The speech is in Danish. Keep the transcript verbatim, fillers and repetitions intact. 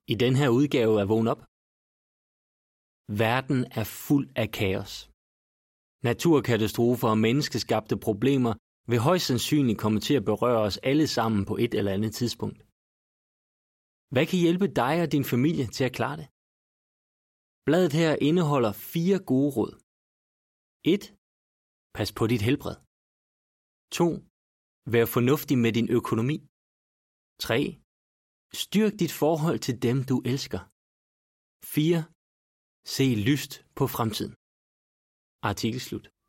I den her udgave af Vågn op. Verden er fuld af kaos. Naturkatastrofer og menneskeskabte problemer vil højst sandsynligt komme til at berøre os alle sammen på et eller andet tidspunkt. Hvad kan hjælpe dig og din familie til at klare det? Bladet her indeholder fire gode råd. et. Pas på dit helbred. to. Vær fornuftig med din økonomi. tre. Styrk dit forhold til dem, du elsker. fire. Se lyst på fremtiden. Artikel slut.